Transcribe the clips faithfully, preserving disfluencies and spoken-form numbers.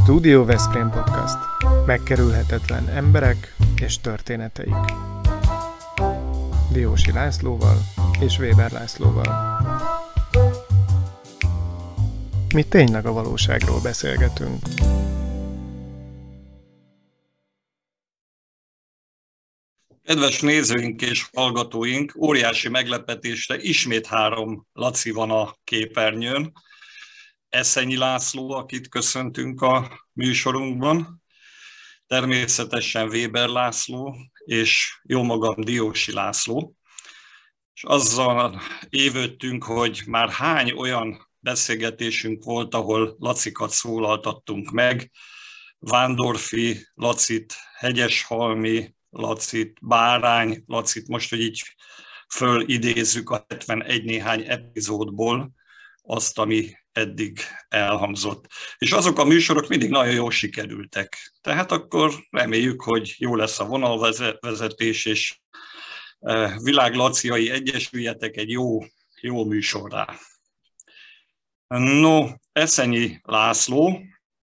Studio Veszprém Podcast. Megkerülhetetlen emberek és történeteik. Diósi Lászlóval és Weber Lászlóval. Mi tényleg a valóságról beszélgetünk. Kedves nézőink és hallgatóink, óriási meglepetésre ismét három Laci van a képernyőn. Eszenyi László, akit köszöntünk a műsorunkban, természetesen Weber László, és jó magam Diósi László. És azzal évődtünk, hogy már hány olyan beszélgetésünk volt, ahol Lacikat szólaltattunk meg, Vándorfi Lacit, Hegyeshalmi Lacit, Bárány Lacit, most, hogy így fölidézzük a hetvenegy néhány epizódból azt, ami eddig elhangzott. És azok a műsorok mindig nagyon jól sikerültek. Tehát akkor reméljük, hogy jó lesz a vonalvezetés, és világlaciai egyesüljetek egy jó, jó műsorrá. No, Eszenyi László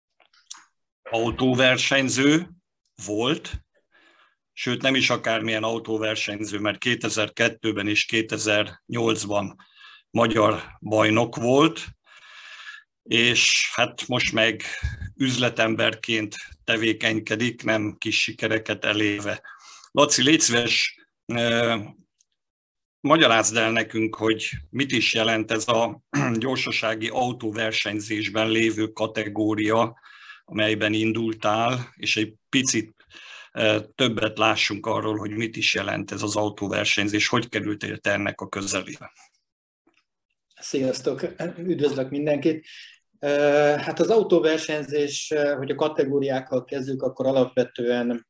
autóversenyző volt, sőt nem is akármilyen autóversenyző, mert kétezer-kettőben és kétezer-nyolcban magyar bajnok volt, és hát most meg üzletemberként tevékenykedik, nem kis sikereket elérve. Laci, légy szíves, magyarázd el nekünk, hogy mit is jelent ez a gyorsasági autóversenyzésben lévő kategória, amelyben indultál, és egy picit többet lássunk arról, hogy mit is jelent ez az autóversenyzés, hogy kerültél te ennek a közelébe. Sziasztok, üdvözlök mindenkit. Hát az autóversenyzés, hogy a kategóriákkal kezdjük, akkor alapvetően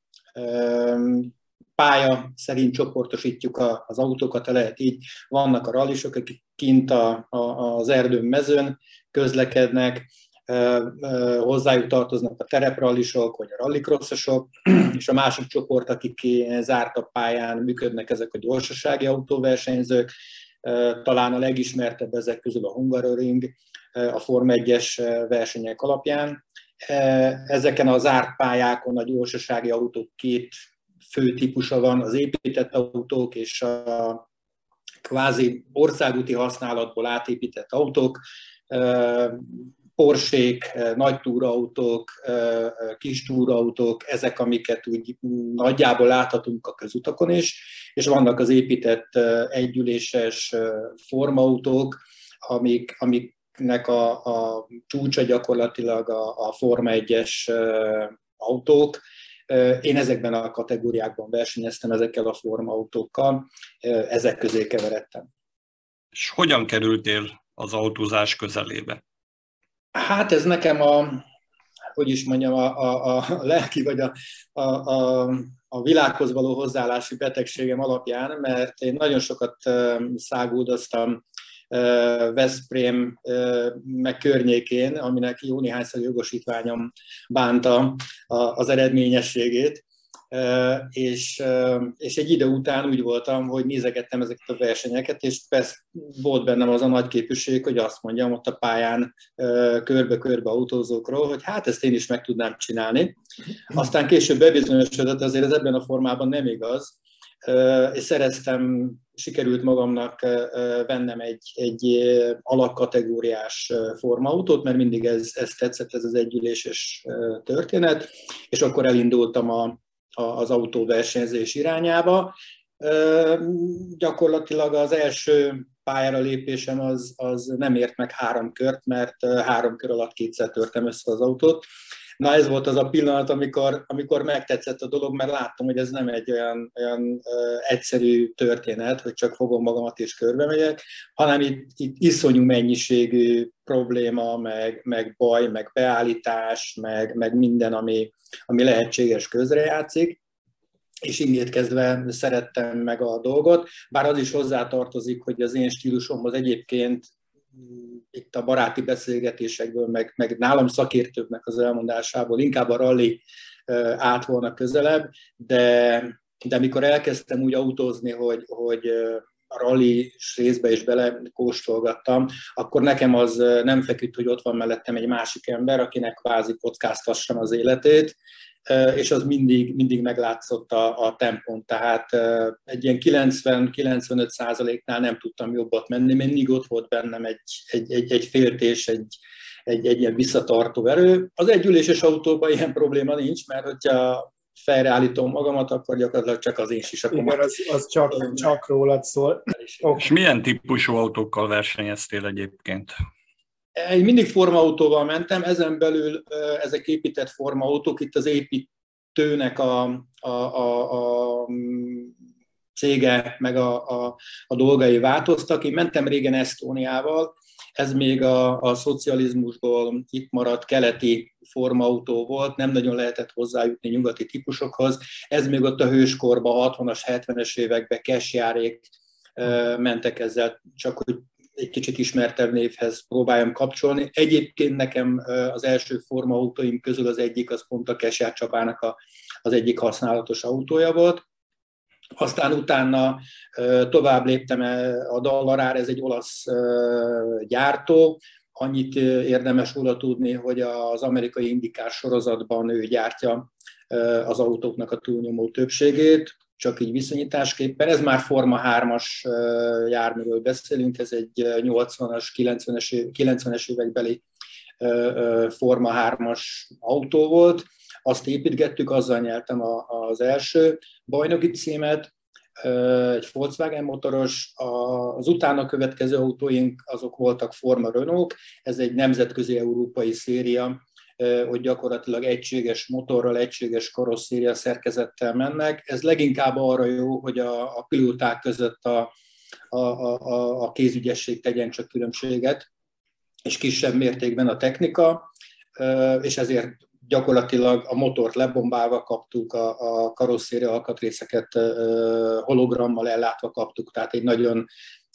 pálya szerint csoportosítjuk az autókat, lehet így. Vannak a rallisok, akik kint a, a, az erdőn, mezőn közlekednek, hozzájuk tartoznak a tereprallisok, vagy a rallycrossosok, és a másik csoport, akik zártabb pályán működnek, ezek a gyorsasági autóversenyzők. Talán a legismertebb ezek közül a Hungaroring, a Forma egyes versenyek alapján. Ezeken a zárt pályákon a gyorsasági autók két fő típusa van, az épített autók és a kvázi országúti használatból átépített autók, Porsék, nagy túraautók, kis túraautók, ezek, amiket úgy nagyjából láthatunk a közutakon is, és vannak az épített együléses formautók, amik, amiknek a, a csúcsa gyakorlatilag a, a Forma egyes autók. Én ezekben a kategóriákban versenyeztem, ezekkel a formautókkal, ezek közé keveredtem. És hogyan kerültél az autózás közelébe? Hát ez nekem a, hogy is mondjam, a, a, a lelki vagy a, a, a, a világhoz való hozzáállási betegségem alapján, mert én nagyon sokat száguldoztam Veszprém meg környékén, aminek jó néhányszor jogosítványom bánta az eredményességét. És, és egy idő után úgy voltam, hogy nézegettem ezeket a versenyeket, és persze volt bennem az a nagy képűség, hogy azt mondjam ott a pályán körbe-körbe autózókról, hogy hát ezt én is meg tudnám csinálni. Aztán később bebizonyosodott, azért ez ebben a formában nem igaz, és szereztem, sikerült magamnak vennem egy, egy alapkategóriás formautót, mert mindig ez, ez tetszett, ez az együléses történet, és akkor elindultam a az autóversenyzés irányába. Gyakorlatilag az első pályára lépésem az, az nem ért meg három kört, mert három kör alatt kétszer törtem össze az autót. Na ez volt az a pillanat, amikor, amikor megtetszett a dolog, mert láttam, hogy ez nem egy olyan, olyan egyszerű történet, hogy csak fogom magamat és körbe megyek, hanem itt, itt iszonyú mennyiségű probléma, meg, meg baj, meg beállítás, meg, meg minden, ami, ami lehetséges közrejátszik. És innét kezdve szerettem meg a dolgot, bár az is hozzátartozik, hogy az én stílusomhoz egyébként itt a baráti beszélgetésekből, meg, meg nálam szakértőknek az elmondásából inkább a rally állt volna közelebb, de, de mikor elkezdtem úgy autózni, hogy, hogy a rally részbe is belekóstolgattam, akkor nekem az nem feküdt, hogy ott van mellettem egy másik ember, akinek kvázi kockáztassam az életét, és az mindig, mindig meglátszott a, a tempón, tehát egy ilyen kilencven-kilencvenöt százaléknál nem tudtam jobbat menni, mindig ott volt bennem egy, egy, egy, egy féltés, egy, egy, egy ilyen visszatartó erő. Az együléses autóban ilyen probléma nincs, mert hogyha felreállítom magamat, akkor gyakorlatilag csak az én sisakomat. Igen, az, az csak, csak rólad szól. És milyen típusú autókkal versenyeztél egyébként? Én mindig formautóval mentem, ezen belül ezek épített formautók, itt az építőnek a, a, a, a cége, meg a, a, a dolgai változtak. Én mentem régen Esztóniával, ez még a, a szocializmusból itt maradt keleti formautó volt, nem nagyon lehetett hozzájutni nyugati típusokhoz. Ez még ott a hőskorban, hatvanas, hetvenes években Kesjárék mentek ezzel, csak hogy egy kicsit ismertebb névhez próbáljam kapcsolni. Egyébként nekem az első formautóim közül az egyik, az pont a Kesjár Csabának a, az egyik használatos autója volt. Aztán utána tovább léptem a Dallarár, ez egy olasz gyártó. Annyit érdemes róla tudni, hogy az amerikai IndyCar sorozatban ő gyártja az autóknak a túlnyomó többségét, csak így viszonyításképpen. Ez már Forma hármas járműről beszélünk, ez egy nyolcvanas, kilencvenes, kilencvenes évekbeli Forma hármas autó volt. Azt építgettük, azzal nyertem az első bajnoki címet, egy Volkswagen motoros, az utána következő autóink azok voltak Forma Renault, ez egy nemzetközi európai széria, hogy gyakorlatilag egységes motorral, egységes karosszéria szerkezettel mennek. Ez leginkább arra jó, hogy a, a pilóták között a, a, a, a kézügyesség tegyen csak különbséget, és kisebb mértékben a technika, és ezért gyakorlatilag a motort lebombálva kaptuk, a, a karosszéria alkatrészeket hologrammal ellátva kaptuk, tehát egy nagyon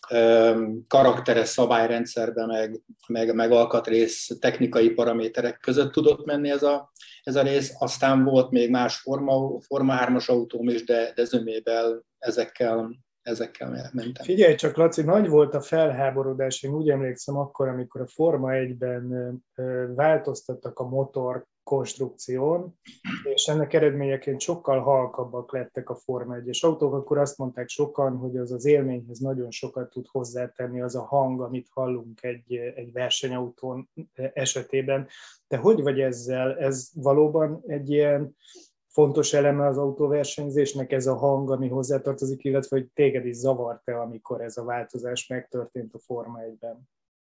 karakteres szabályrendszerben, meg, meg, meg alkatrész technikai paraméterek között tudott menni ez a, ez a rész. Aztán volt még más Forma, Forma hármas autóm is, de, de zömében ezekkel, ezekkel mentem. Figyelj csak, Laci, nagy volt a felháborodás, én úgy emlékszem akkor, amikor a Forma egyben változtattak a motor konstrukción, és ennek eredményeként sokkal halkabbak lettek a Forma egyes autók, akkor azt mondták sokan, hogy az az élményhez nagyon sokat tud hozzátenni az a hang, amit hallunk egy, egy versenyautón esetében. De hogy vagy ezzel? Ez valóban egy ilyen fontos eleme az autóversenyzésnek, ez a hang, ami hozzátartozik, illetve hogy téged is zavart-e, amikor ez a változás megtörtént a Forma egyben?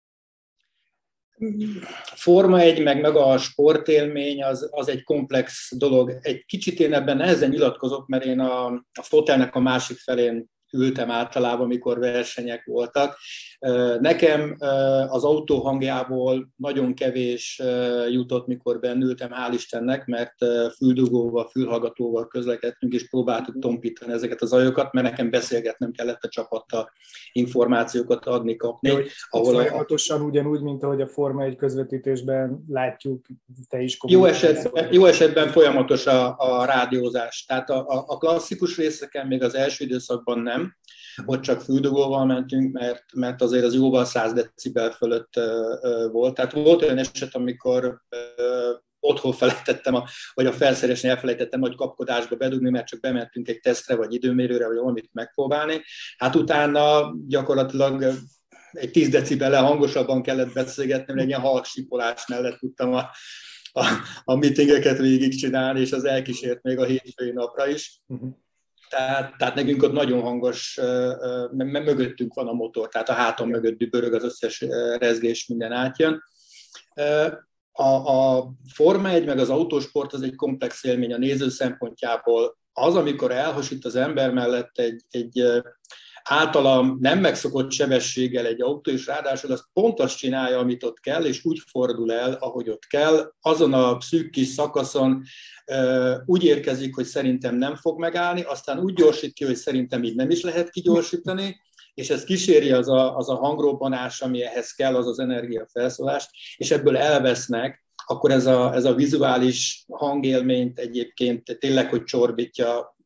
Forma egy, meg, meg a sportélmény az, az egy komplex dolog. Egy kicsit én ebben nehezen nyilatkozok, mert én a, a fotelnek a másik felén ültem általában, amikor versenyek voltak. Nekem az autó hangjából nagyon kevés jutott, mikor bennültem, hál' Istennek, mert füldugóval, fülhallgatóval közlekedtünk, és próbáltuk tompítani ezeket az zajokat, mert nekem beszélgetnem kellett a csapattal, információkat adni, kapni. Jó, ahol folyamatosan a... ugyanúgy, mint ahogy a Forma egy közvetítésben látjuk, te is jó esetben, jó esetben folyamatos a, a rádiózás. Tehát a, a klasszikus részeken még az első időszakban nem, ott csak füldugóval mentünk, mert, mert azért az jóval száz decibel fölött volt. Tehát volt olyan eset, amikor otthon felejtettem, a, vagy a felszerelésnél elfelejtettem nagy kapkodásba bedugni, mert csak bementünk egy tesztre, vagy időmérőre, vagy valamit megpróbálni. Hát utána gyakorlatilag egy tíz decibellel hangosabban kellett beszélgetni, mert egy ilyen halksipolás mellett tudtam a, a, a meetingeket végigcsinálni, és az elkísért még a hétfői napra is. Uh-huh. Tehát, tehát nekünk ott nagyon hangos, mert mögöttünk van a motor, tehát a hátam mögött dübörög, az összes rezgés, minden átjön. A, a Forma egy meg az autósport az egy komplex élmény a néző szempontjából. Az, amikor elhasít az ember mellett egy, egy általam nem megszokott sebességgel egy autó, és ráadásul azt pont azt csinálja, amit ott kell, és úgy fordul el, ahogy ott kell. Azon a szűk kis szakaszon úgy érkezik, hogy szerintem nem fog megállni, aztán úgy gyorsít ki, hogy szerintem így nem is lehet kigyorsítani, és ez kíséri az a, az a hangrobbanás, ami ehhez kell, az az energiafelszólás, és ebből elvesznek, akkor ez a, ez a vizuális hangélményt egyébként tényleg, hogy csorbítja,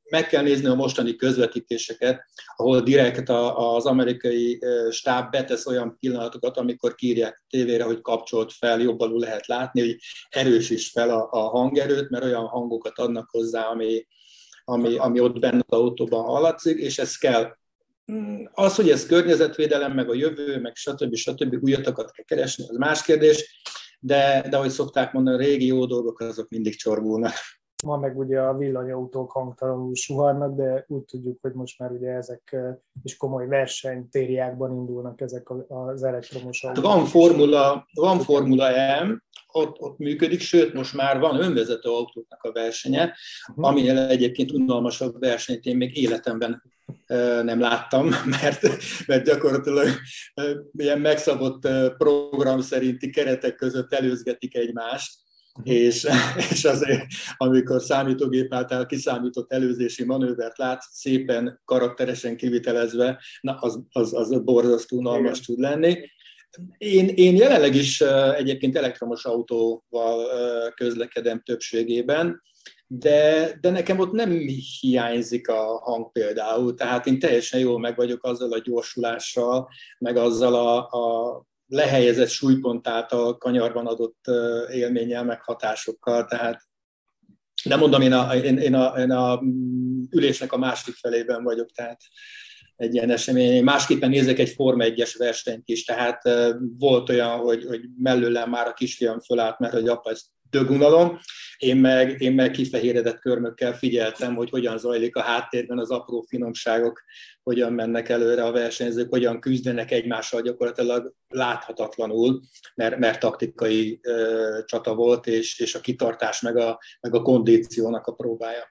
meg kell nézni a mostani közvetítéseket, ahol direkt az amerikai stáb betesz olyan pillanatokat, amikor kiírják tévére, hogy kapcsolt fel, jobb alul lehet látni, hogy erősíts fel a, a hangerőt, mert olyan hangokat adnak hozzá, ami, ami, ami ott benne az autóban hallatszik, és ez kell. Az, hogy ez környezetvédelem, meg a jövő, meg stb. stb. Újatokat kell keresni, az más kérdés, de, de ahogy szokták mondani, a régi jó dolgok azok mindig csorbulnak. Ma meg ugye a villanyautók hangtalanul suhannak, de úgy tudjuk, hogy most már ugye ezek is komoly versenytériákban indulnak ezek az elektromos autók. Van Formula, van Formula E, ott, ott működik, sőt most már van önvezető autóknak a versenye, ami egyébként unalmasabb versenyt én még életemben nem láttam, mert, mert gyakorlatilag ilyen megszabott program szerinti keretek között előzgetik egymást, és, és azért, amikor számítógép által kiszámított előzési manővert lát, szépen karakteresen kivitelezve, na az, az, az borzasztó unalmas tud lenni. Én, én jelenleg is egyébként elektromos autóval közlekedem többségében, de, de nekem ott nem hiányzik a hang például, tehát én teljesen jól meg vagyok azzal a gyorsulással, meg azzal a, a lehelyezett súlypont által kanyarban adott élménnyel, meg hatásokkal, tehát nem mondom, én a, én, én, a, én a ülésnek a másik felében vagyok, tehát egy ilyen esemény. Én másképpen nézek egy Forma egyes versenyt is, tehát volt olyan, hogy, hogy mellőlem már a kisfiam fölállt, mert hogy apa, ez dögunalom. Én meg, én meg kifehéredett körmökkel figyeltem, hogy hogyan zajlik a háttérben az apró finomságok, hogyan mennek előre a versenyzők, hogyan küzdenek egymással gyakorlatilag láthatatlanul, mert, mert taktikai ö, csata volt, és, és a kitartás meg a, meg a kondíciónak a próbája.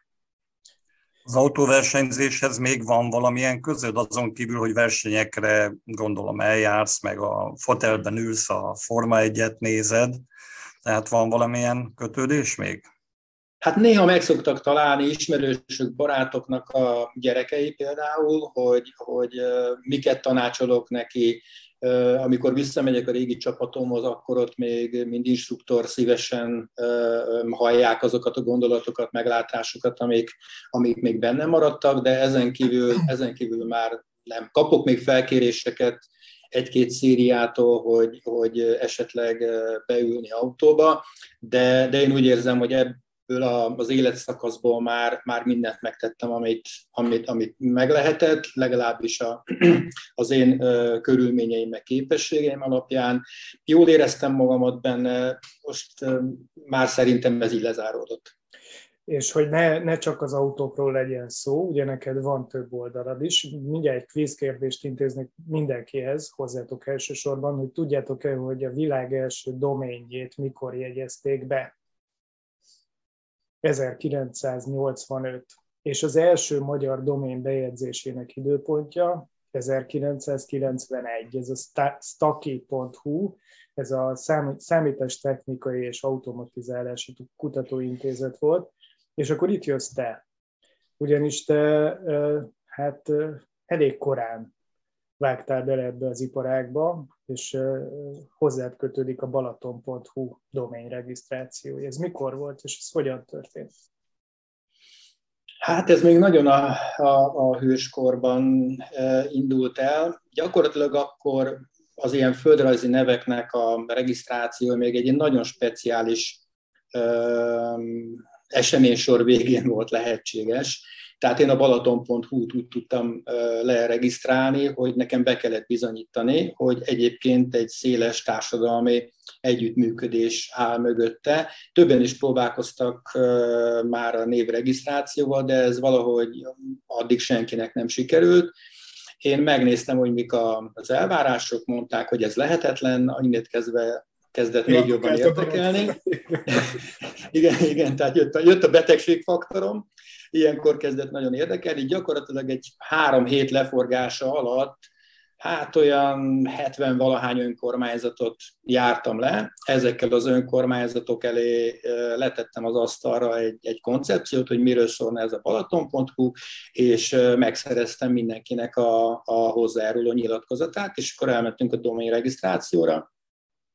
Az autóversenyzéshez még van valamilyen közöd, azon kívül, hogy versenyekre gondolom eljársz, meg a fotelben ülsz, a Forma egyet nézed, tehát van valamilyen kötődés még? Hát néha meg szoktak találni ismerősök, barátoknak a gyerekei például, hogy, hogy miket tanácsolok neki. Amikor visszamegyek a régi csapatomhoz, akkor ott még mind instruktor szívesen hallják azokat a gondolatokat, meglátásokat, amik, amik még benne maradtak, de ezen kívül, ezen kívül már nem. Kapok még felkéréseket egy-két szériától, hogy, hogy esetleg beülni autóba, de, de én úgy érzem, hogy ebből az életszakaszból már, már mindent megtettem, amit, amit, amit meg lehetett, legalábbis a, az én körülményeim meg képességeim alapján. Jól éreztem magamat benne, most már szerintem ez így lezáródott. És hogy ne, ne csak az autókról legyen szó, ugye neked van több oldalad is. Mindjárt egy kvízkérdést intéznek mindenkihez, hozzátok elsősorban, hogy tudjátok-e, hogy a világ első doménjét mikor jegyezték be? ezerkilencszáznyolcvanöt. És az első magyar domén bejegyzésének időpontja ezerkilencszázkilencvenegy. Ez a staki pont hu, ez a Számítástechnikai és Automatizálási Kutatóintézet volt. És akkor itt jössz te, ugyanis te hát elég korán vágtál bele ebbe az iparágba, és hozzád kötődik a balaton pont hu doményregisztráció. Ez mikor volt, és ez hogyan történt? Hát ez még nagyon a, a, a hőskorban indult el. Gyakorlatilag akkor az ilyen földrajzi neveknek a regisztráció még egy nagyon speciális eseménysor végén volt lehetséges. Tehát én a balaton pont hu-t úgy tudtam leregisztrálni, hogy nekem be kellett bizonyítani, hogy egyébként egy széles társadalmi együttműködés áll mögötte. Többen is próbálkoztak már a névregisztrációval, de ez valahogy addig senkinek nem sikerült. Én megnéztem, hogy mik az elvárások, mondták, hogy ez lehetetlen, annyit kezdve kezdett még jobban érdekelni. igen, igen, tehát jött a, jött a betegségfaktorom, ilyenkor kezdett nagyon érdekelni. Gyakorlatilag egy három hét leforgása alatt hát olyan hetven-valahány önkormányzatot jártam le. Ezekkel az önkormányzatok elé letettem az asztalra egy, egy koncepciót, hogy miről szólna ez a balaton pont hu, és megszereztem mindenkinek a, a hozzájáruló nyilatkozatát, és akkor elmentünk a doményregisztrációra.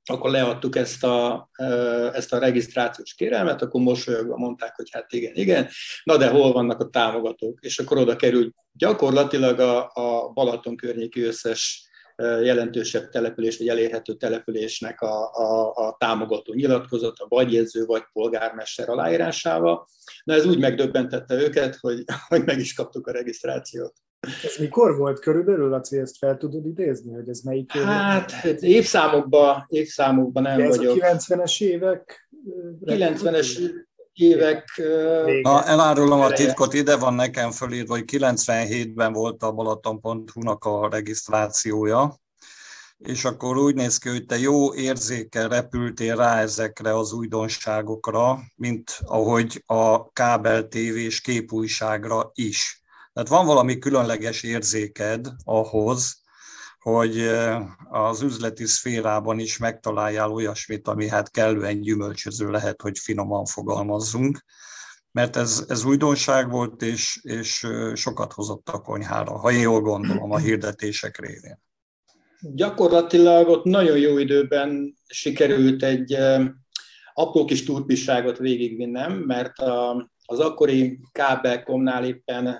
akkor leadtuk ezt a, ezt a regisztrációs kérelmet, akkor mosolyogva mondták, hogy hát igen, igen, na de hol vannak a támogatók? És akkor oda került gyakorlatilag a, a Balaton környéki összes jelentősebb település, vagy elérhető településnek a, a, a támogató nyilatkozata, vagy jegyző, vagy polgármester aláírásával. Na ez úgy megdöbbentette őket, hogy, hogy meg is kaptuk a regisztrációt. Ez mikor volt körülbelül, Laci, ezt fel tudod idézni, hogy ez melyik? Hát évszámokban, évszámokban nem de ez vagyok. a kilencvenes évek? kilencvenes évek... Na, elárulom a titkot, ide van nekem fölírva, hogy kilencvenhétben volt a Balaton pont hu-nak a regisztrációja, és akkor úgy néz ki, hogy te jó érzékkel repültél rá ezekre az újdonságokra, mint ahogy a kábel tévés képújságra is. Tehát van valami különleges érzéked ahhoz, hogy az üzleti szférában is megtaláljál olyasmit, ami hát kellően gyümölcsöző lehet, hogy finoman fogalmazzunk, mert ez, ez újdonság volt, és, és sokat hozott a konyhára, ha én jól gondolom, a hirdetések révén. Gyakorlatilag ott nagyon jó időben sikerült egy apró kis turpisságot végigvinnem, mert a, az akkori Kábelkomnál éppen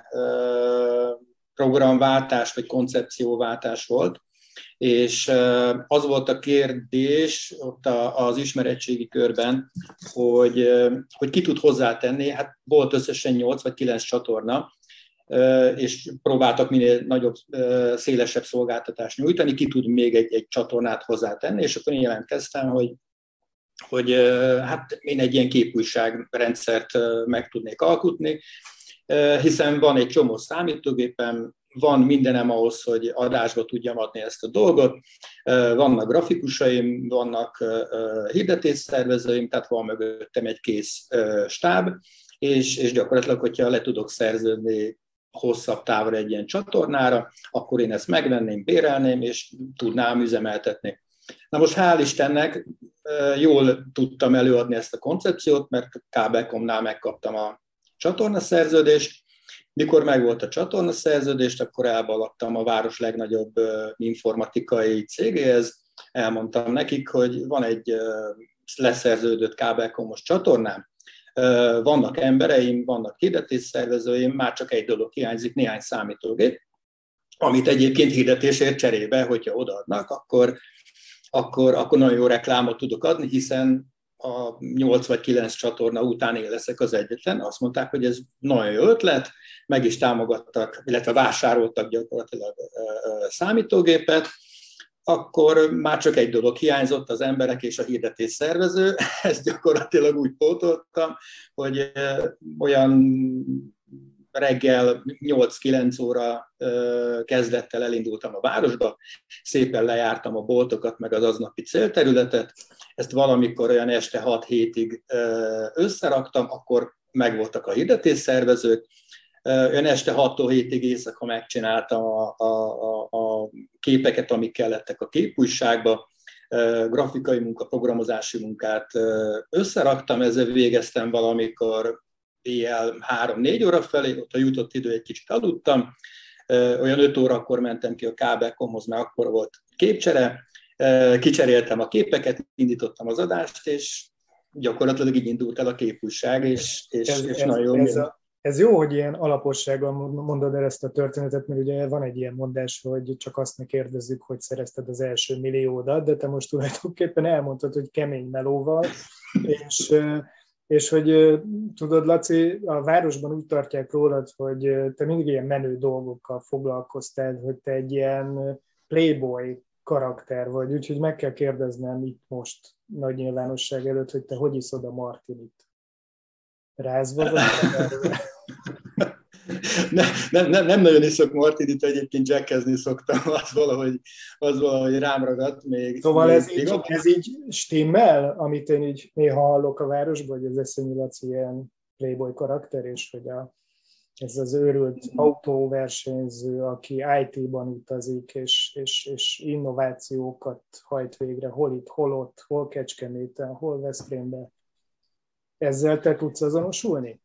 programváltás vagy koncepcióváltás volt, és az volt a kérdés ott az ismeretségi körben, hogy, hogy ki tud hozzátenni, hát volt összesen nyolc vagy kilenc csatorna, és próbáltak minél nagyobb, szélesebb szolgáltatást nyújtani, ki tud még egy, egy csatornát hozzátenni, és akkor én jelentkeztem, hogy, hogy hát én egy ilyen képújságrendszert meg tudnék alkotni, hiszen van egy csomó számítógépem, van mindenem ahhoz, hogy adásba tudjam adni ezt a dolgot, vannak grafikusaim, vannak hirdetésszervezőim, tehát van mögöttem egy kész stáb, és, és gyakorlatilag, hogyha le tudok szerződni hosszabb távra egy ilyen csatornára, akkor én ezt megvenném, bérelném, és tudnám üzemeltetni. Na most hál' Istennek jól tudtam előadni ezt a koncepciót, mert Kábelkomnál megkaptam a csatornaszerződést. Mikor megvolt a csatornaszerződést, akkor elbalagtam a város legnagyobb informatikai cégéhez, elmondtam nekik, hogy van egy leszerződött Kábelkomos csatornám, vannak embereim, vannak hirdetésszervezőim, már csak egy dolog hiányzik, néhány számítógép, amit egyébként hirdetésért cserébe, hogyha odaadnak, akkor, akkor, akkor nagyon jó reklámot tudok adni, hiszen a nyolc vagy kilenc csatorna után én leszek az egyetlen. Azt mondták, hogy ez nagyon jó ötlet, meg is támogattak, illetve vásároltak gyakorlatilag számítógépet, akkor már csak egy dolog hiányzott, az emberek és a hirdetésszervező. Ezt gyakorlatilag úgy pótoltam, hogy olyan reggel nyolc-kilenc óra kezdettel elindultam a városba, szépen lejártam a boltokat, meg az aznapi célterületet, ezt valamikor olyan este hat-hétig összeraktam, akkor megvoltak a hirdetésszervezők, olyan este hattól hétig éjszaka megcsináltam a, a, a, a képeket, amik kellettek a képújságba, grafikai munka, programozási munkát összeraktam, ezzel végeztem valamikor éjjel három-négy óra felé, ott a jutott idő egy kicsit aludtam, olyan öt órakor mentem ki a Kábelkomhoz, mert akkor volt képcsere, kicseréltem a képeket, indítottam az adást, és gyakorlatilag így indult el a képújság, és, és, ez, és ez, nagyon ez, a, ez jó, hogy ilyen alapossággal mondod el ezt a történetet, mert ugye van egy ilyen mondás, hogy csak azt ne kérdezzük, hogy szerezted az első milliódat, de te most tulajdonképpen elmondtad, hogy kemény melóval, és, és hogy tudod, Laci, a városban úgy tartják rólad, hogy te mindig ilyen menő dolgokkal foglalkoztál, hogy te egy ilyen playboy karakter vagy, úgyhogy meg kell kérdeznem itt most nagy nyilvánosság előtt, hogy te hogy iszod a martinit? Rázva vagy? nem, nem, nem, nem nagyon iszok martinit, egyébként jackezni szoktam, az valahogy, az valahogy rám ragadt még. Szóval még, ez, még így, a... ez így stimmel, amit én így néha hallok a városban, hogy az Eszenyi Laci ilyen playboy karakter, és hogy a, ez az őrült autóversenyző, aki í té-ban utazik, és, és, és innovációkat hajt végre, hol itt, hol ott, hol Kecskeméten, hol Veszprémben. Ezzel te tudsz azonosulni?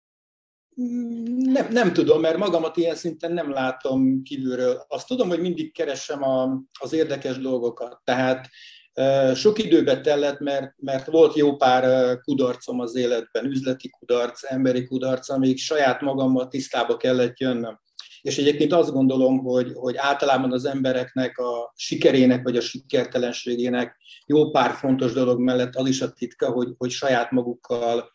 Nem, nem tudom, mert magamat ilyen szinten nem látom kívülről. Azt tudom, hogy mindig keresem a, az érdekes dolgokat. Tehát Sok időbe tellett, mert, mert volt jó pár kudarcom az életben, üzleti kudarc, emberi kudarc, amíg saját magammal tisztába kellett jönnöm. És egyébként azt gondolom, hogy, hogy általában az embereknek a sikerének vagy a sikertelenségének jó pár fontos dolog mellett az is a titka, hogy, hogy saját magukkal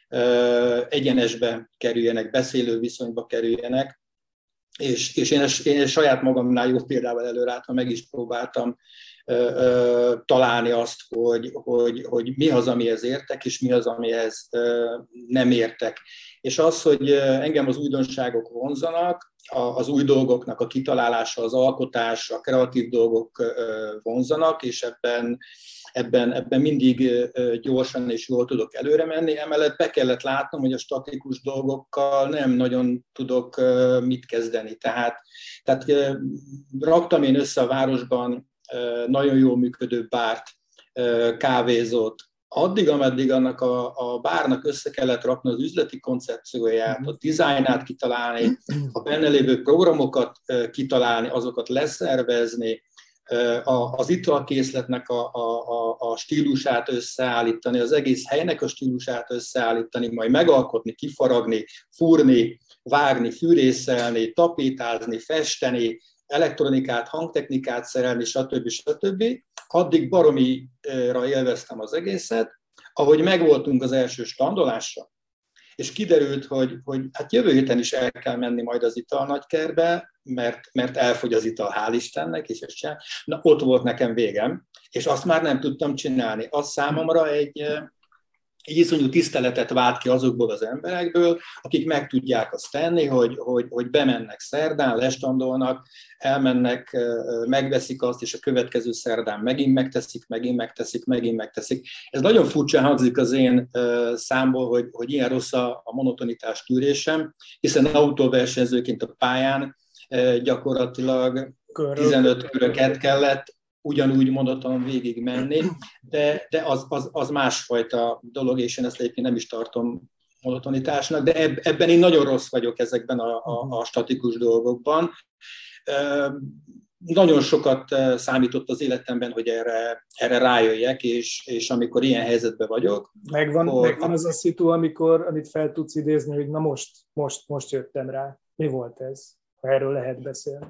egyenesbe kerüljenek, beszélő viszonyba kerüljenek. És, és én, én saját magamnál jó példával előrátva meg is próbáltam ö, ö, találni azt, hogy, hogy, hogy mi az, amihez értek, és mi az, amihez ö, nem értek. És az, hogy engem az újdonságok vonzanak, az új dolgoknak a kitalálása, az alkotás, a kreatív dolgok ö, vonzanak, és ebben Ebben, ebben mindig gyorsan és jól tudok előre menni. Emellett be kellett látnom, hogy a statikus dolgokkal nem nagyon tudok mit kezdeni. Tehát, tehát raktam én össze a városban nagyon jól működő bárt, kávézót. Addig, ameddig annak a, a bárnak össze kellett rakni az üzleti koncepcióját, a dizájnát kitalálni, a benne lévő programokat kitalálni, azokat leszervezni, az italkészletnek a, a, a stílusát összeállítani, az egész helynek a stílusát összeállítani, majd megalkotni, kifaragni, fúrni, vágni, fűrészelni, tapétázni, festeni, elektronikát, hangtechnikát szerelni, stb. stb. Addig baromira élveztem az egészet. Ahogy megvoltunk az első standolásra, és kiderült, hogy, hogy hát jövő héten is el kell menni majd az italnagykertbe, mert, mert elfogy az ital, hál' Istennek, és ezt csinál. Na, ott volt nekem végem, és azt már nem tudtam csinálni. Az számomra egy, egy iszonyú tiszteletet vált ki azokból az emberekből, akik meg tudják azt tenni, hogy, hogy, hogy bemennek szerdán, lestandolnak, elmennek, megveszik azt, és a következő szerdán megint megteszik, megint megteszik, megint megteszik. Ez nagyon furcsa hangzik az én számból, hogy, hogy ilyen rossz a monotonitás tűrésem, hiszen autóversenyzőként a pályán gyakorlatilag tizenöt köröket kellett ugyanúgy monoton végig menni, de, de az, az, az másfajta dolog, és én ezt egyébként nem is tartom monotonitásnak, de eb, ebben én nagyon rossz vagyok ezekben a, a, a statikus dolgokban. Nagyon sokat számított az életemben, hogy erre, erre rájöjjek, és, és amikor ilyen helyzetben vagyok. Megvan, akkor, megvan az a szitu, amikor, amit fel tudsz idézni, hogy na most, most, most jöttem rá. Mi volt ez, ha erről lehet beszélni?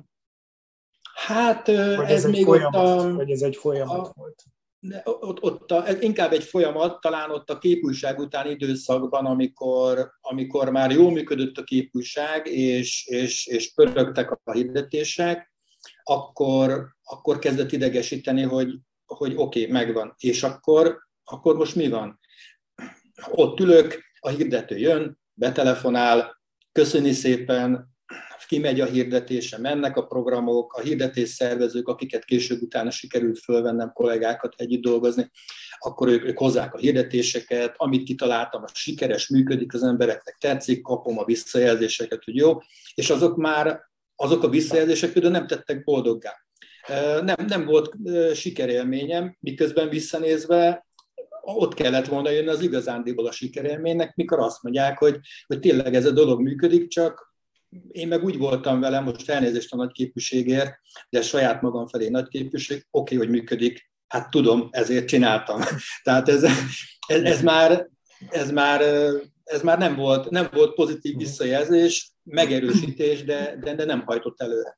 Hát vagy ez, ez még folyamat, ott a... Vagy ez egy folyamat a, volt? Ott, ott a, ez inkább egy folyamat, talán ott a képújság utáni időszakban, amikor, amikor már jól működött a képújság, és, és, és pörögtek a hirdetések, akkor, akkor kezdett idegesíteni, hogy, hogy oké, okay, megvan. És akkor, akkor most mi van? Ott ülök, a hirdető jön, betelefonál, köszöni szépen, kimegy a hirdetése, mennek a programok, a hirdetésszervezők, akiket később utána sikerült fölvennem kollégákat együtt dolgozni, akkor ők, ők hozzák a hirdetéseket, amit kitaláltam, az sikeres, működik, az embereknek tetszik, kapom a visszajelzéseket, hogy jó, és azok már, azok a visszajelzések például nem tettek boldoggá. Nem, nem volt sikerélményem, miközben visszanézve ott kellett volna jönni az igazándiból a sikerélménynek, mikor azt mondják, hogy, hogy tényleg ez a dolog működik, csak én meg úgy voltam vele, most elnézést a nagyképűségért, de saját magam felé nagyképűség, oké, okay, hogy működik, hát tudom, ezért csináltam. Tehát ez, ez, ez, már, ez, már, ez már nem volt, nem volt pozitív visszajelzés, megerősítés, de, de, de nem hajtott előre.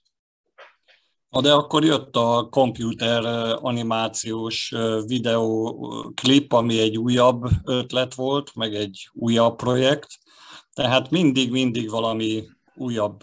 De akkor jött a komputer animációs videóklip, ami egy újabb ötlet volt, meg egy újabb projekt. Tehát mindig-mindig valami újabb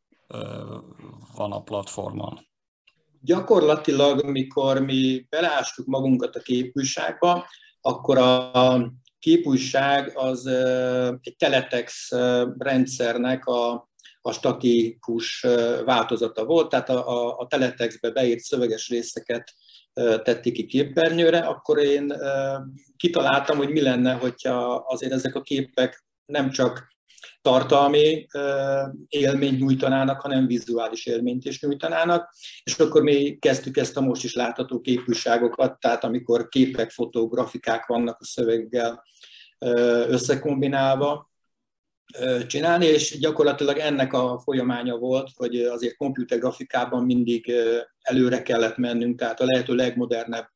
van a platformon. Gyakorlatilag, mikor mi beleástuk magunkat a képújságba, akkor a képújság az egy teletext rendszernek a, a statikus változata volt, tehát a, a, a teletextbe beírt szöveges részeket tetti ki képernyőre, akkor én kitaláltam, hogy mi lenne, hogyha azért ezek a képek nem csak tartalmi élményt nyújtanának, hanem vizuális élményt is nyújtanának, és akkor mi kezdtük ezt a most is látható képújságokat, tehát amikor képek, fotók, grafikák vannak a szöveggel összekombinálva csinálni, és gyakorlatilag ennek a folyamánya volt, hogy azért komputergrafikában mindig előre kellett mennünk, tehát a lehető legmodernebb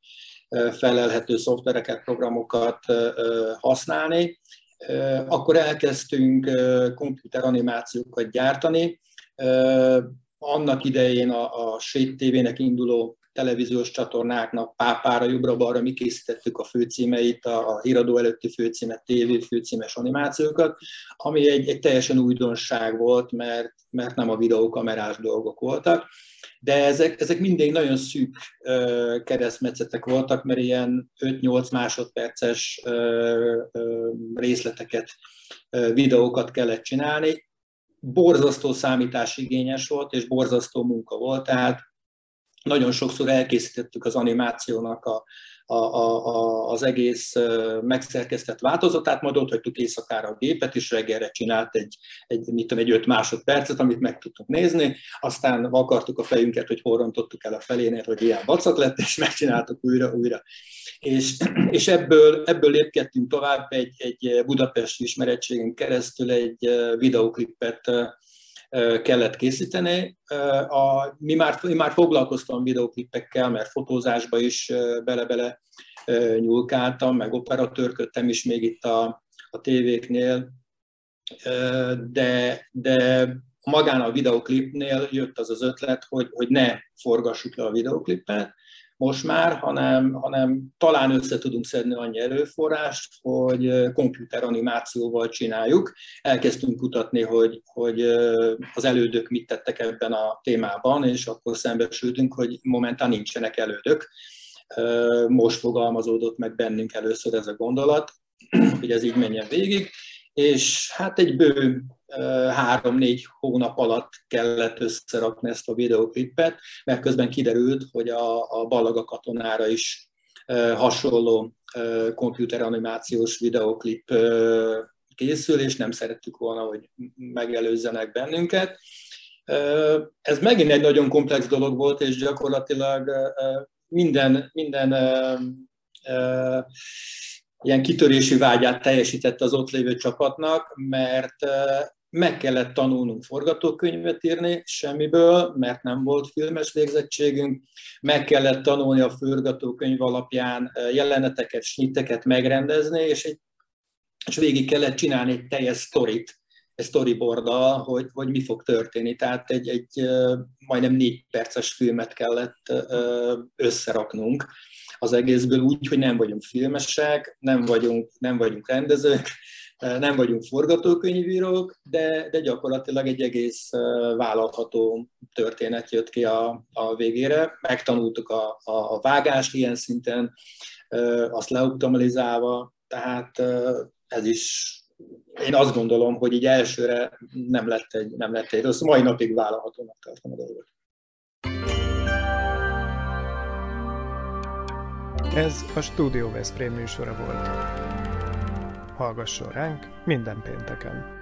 felelhető szoftvereket, programokat használni. Akkor elkezdtünk komputeranimációkat gyártani. Annak idején a, a Sét té vének induló televíziós csatornáknak pápára, jobbra-balra mi készítettük a főcímeit, a híradó előtti főcímet, tévé főcímes animációkat, ami egy, egy teljesen újdonság volt, mert, mert nem a videókamerás dolgok voltak. De ezek, ezek mindig nagyon szűk uh, keresztmetszetek voltak, mert ilyen öt-nyolc másodperces uh, uh, részleteket, uh, videókat kellett csinálni. Borzasztó számításigényes volt, és borzasztó munka volt, tehát nagyon sokszor elkészítettük az animációnak a, a, a, a, az egész megszerkesztett változatát, majd ott hagytuk éjszakára a gépet, és reggelre csinált egy, egy, mit tudom, egy öt másodpercet, amit meg tudtuk nézni, aztán vakartuk a fejünket, hogy hol rontottuk el a felénél, hogy ilyen vacak lett, és megcsináltuk újra, újra. És, és ebből, ebből lépkedtünk tovább egy, egy budapesti ismerettségen keresztül egy videóklipet kellett készíteni. A, mi, már, mi már foglalkoztam videóklipekkel, mert fotózásba is bele-bele nyúlkáltam, meg operatőrködtem is még itt a, a tévéknél, de, de magán a videóklipnél jött az az ötlet, hogy, hogy ne forgassuk le a videóklipet most már, hanem, hanem talán össze tudunk szedni annyi erőforrást, hogy komputeranimációval csináljuk. Elkezdtünk kutatni, hogy, hogy az elődök mit tettek ebben a témában, és akkor szembesültünk, hogy momentán nincsenek elődök. Most fogalmazódott meg bennünk először ez a gondolat, hogy ez így menjen végig, és hát egy bő három-négy hónap alatt kellett összerakni ezt a videóklipet, mert közben kiderült, hogy a, a Balaga katonára is hasonló komputeranimációs videóklip készül, és nem szerettük volna, hogy megelőzzenek bennünket. Ez megint egy nagyon komplex dolog volt, és gyakorlatilag minden, minden ilyen kitörési vágyát teljesített az ott lévő csapatnak, mert meg kellett tanulnunk forgatókönyvet írni semmiből, mert nem volt filmes végzettségünk, meg kellett tanulni a forgatókönyv alapján jeleneteket, snitteket megrendezni, és, egy, és végig kellett csinálni egy teljes sztorit, egy storyboarddal, hogy, hogy mi fog történni. Tehát egy, egy majdnem négy perces filmet kellett összeraknunk az egészből úgy, hogy nem vagyunk filmesek, nem vagyunk, nem vagyunk rendezők, nem vagyunk forgatókönyvírók, de, de gyakorlatilag egy egész vállalható történet jött ki a, a végére. Megtanultuk a, a vágást ilyen szinten, azt leoptimalizálva, tehát ez is, én azt gondolom, hogy így elsőre nem lett egy, nem lett egy rossz, mai napig vállalhatónak tartom a dolgot. Ez a Stúdió Veszprém műsora volt. Hallgasson ránk minden pénteken!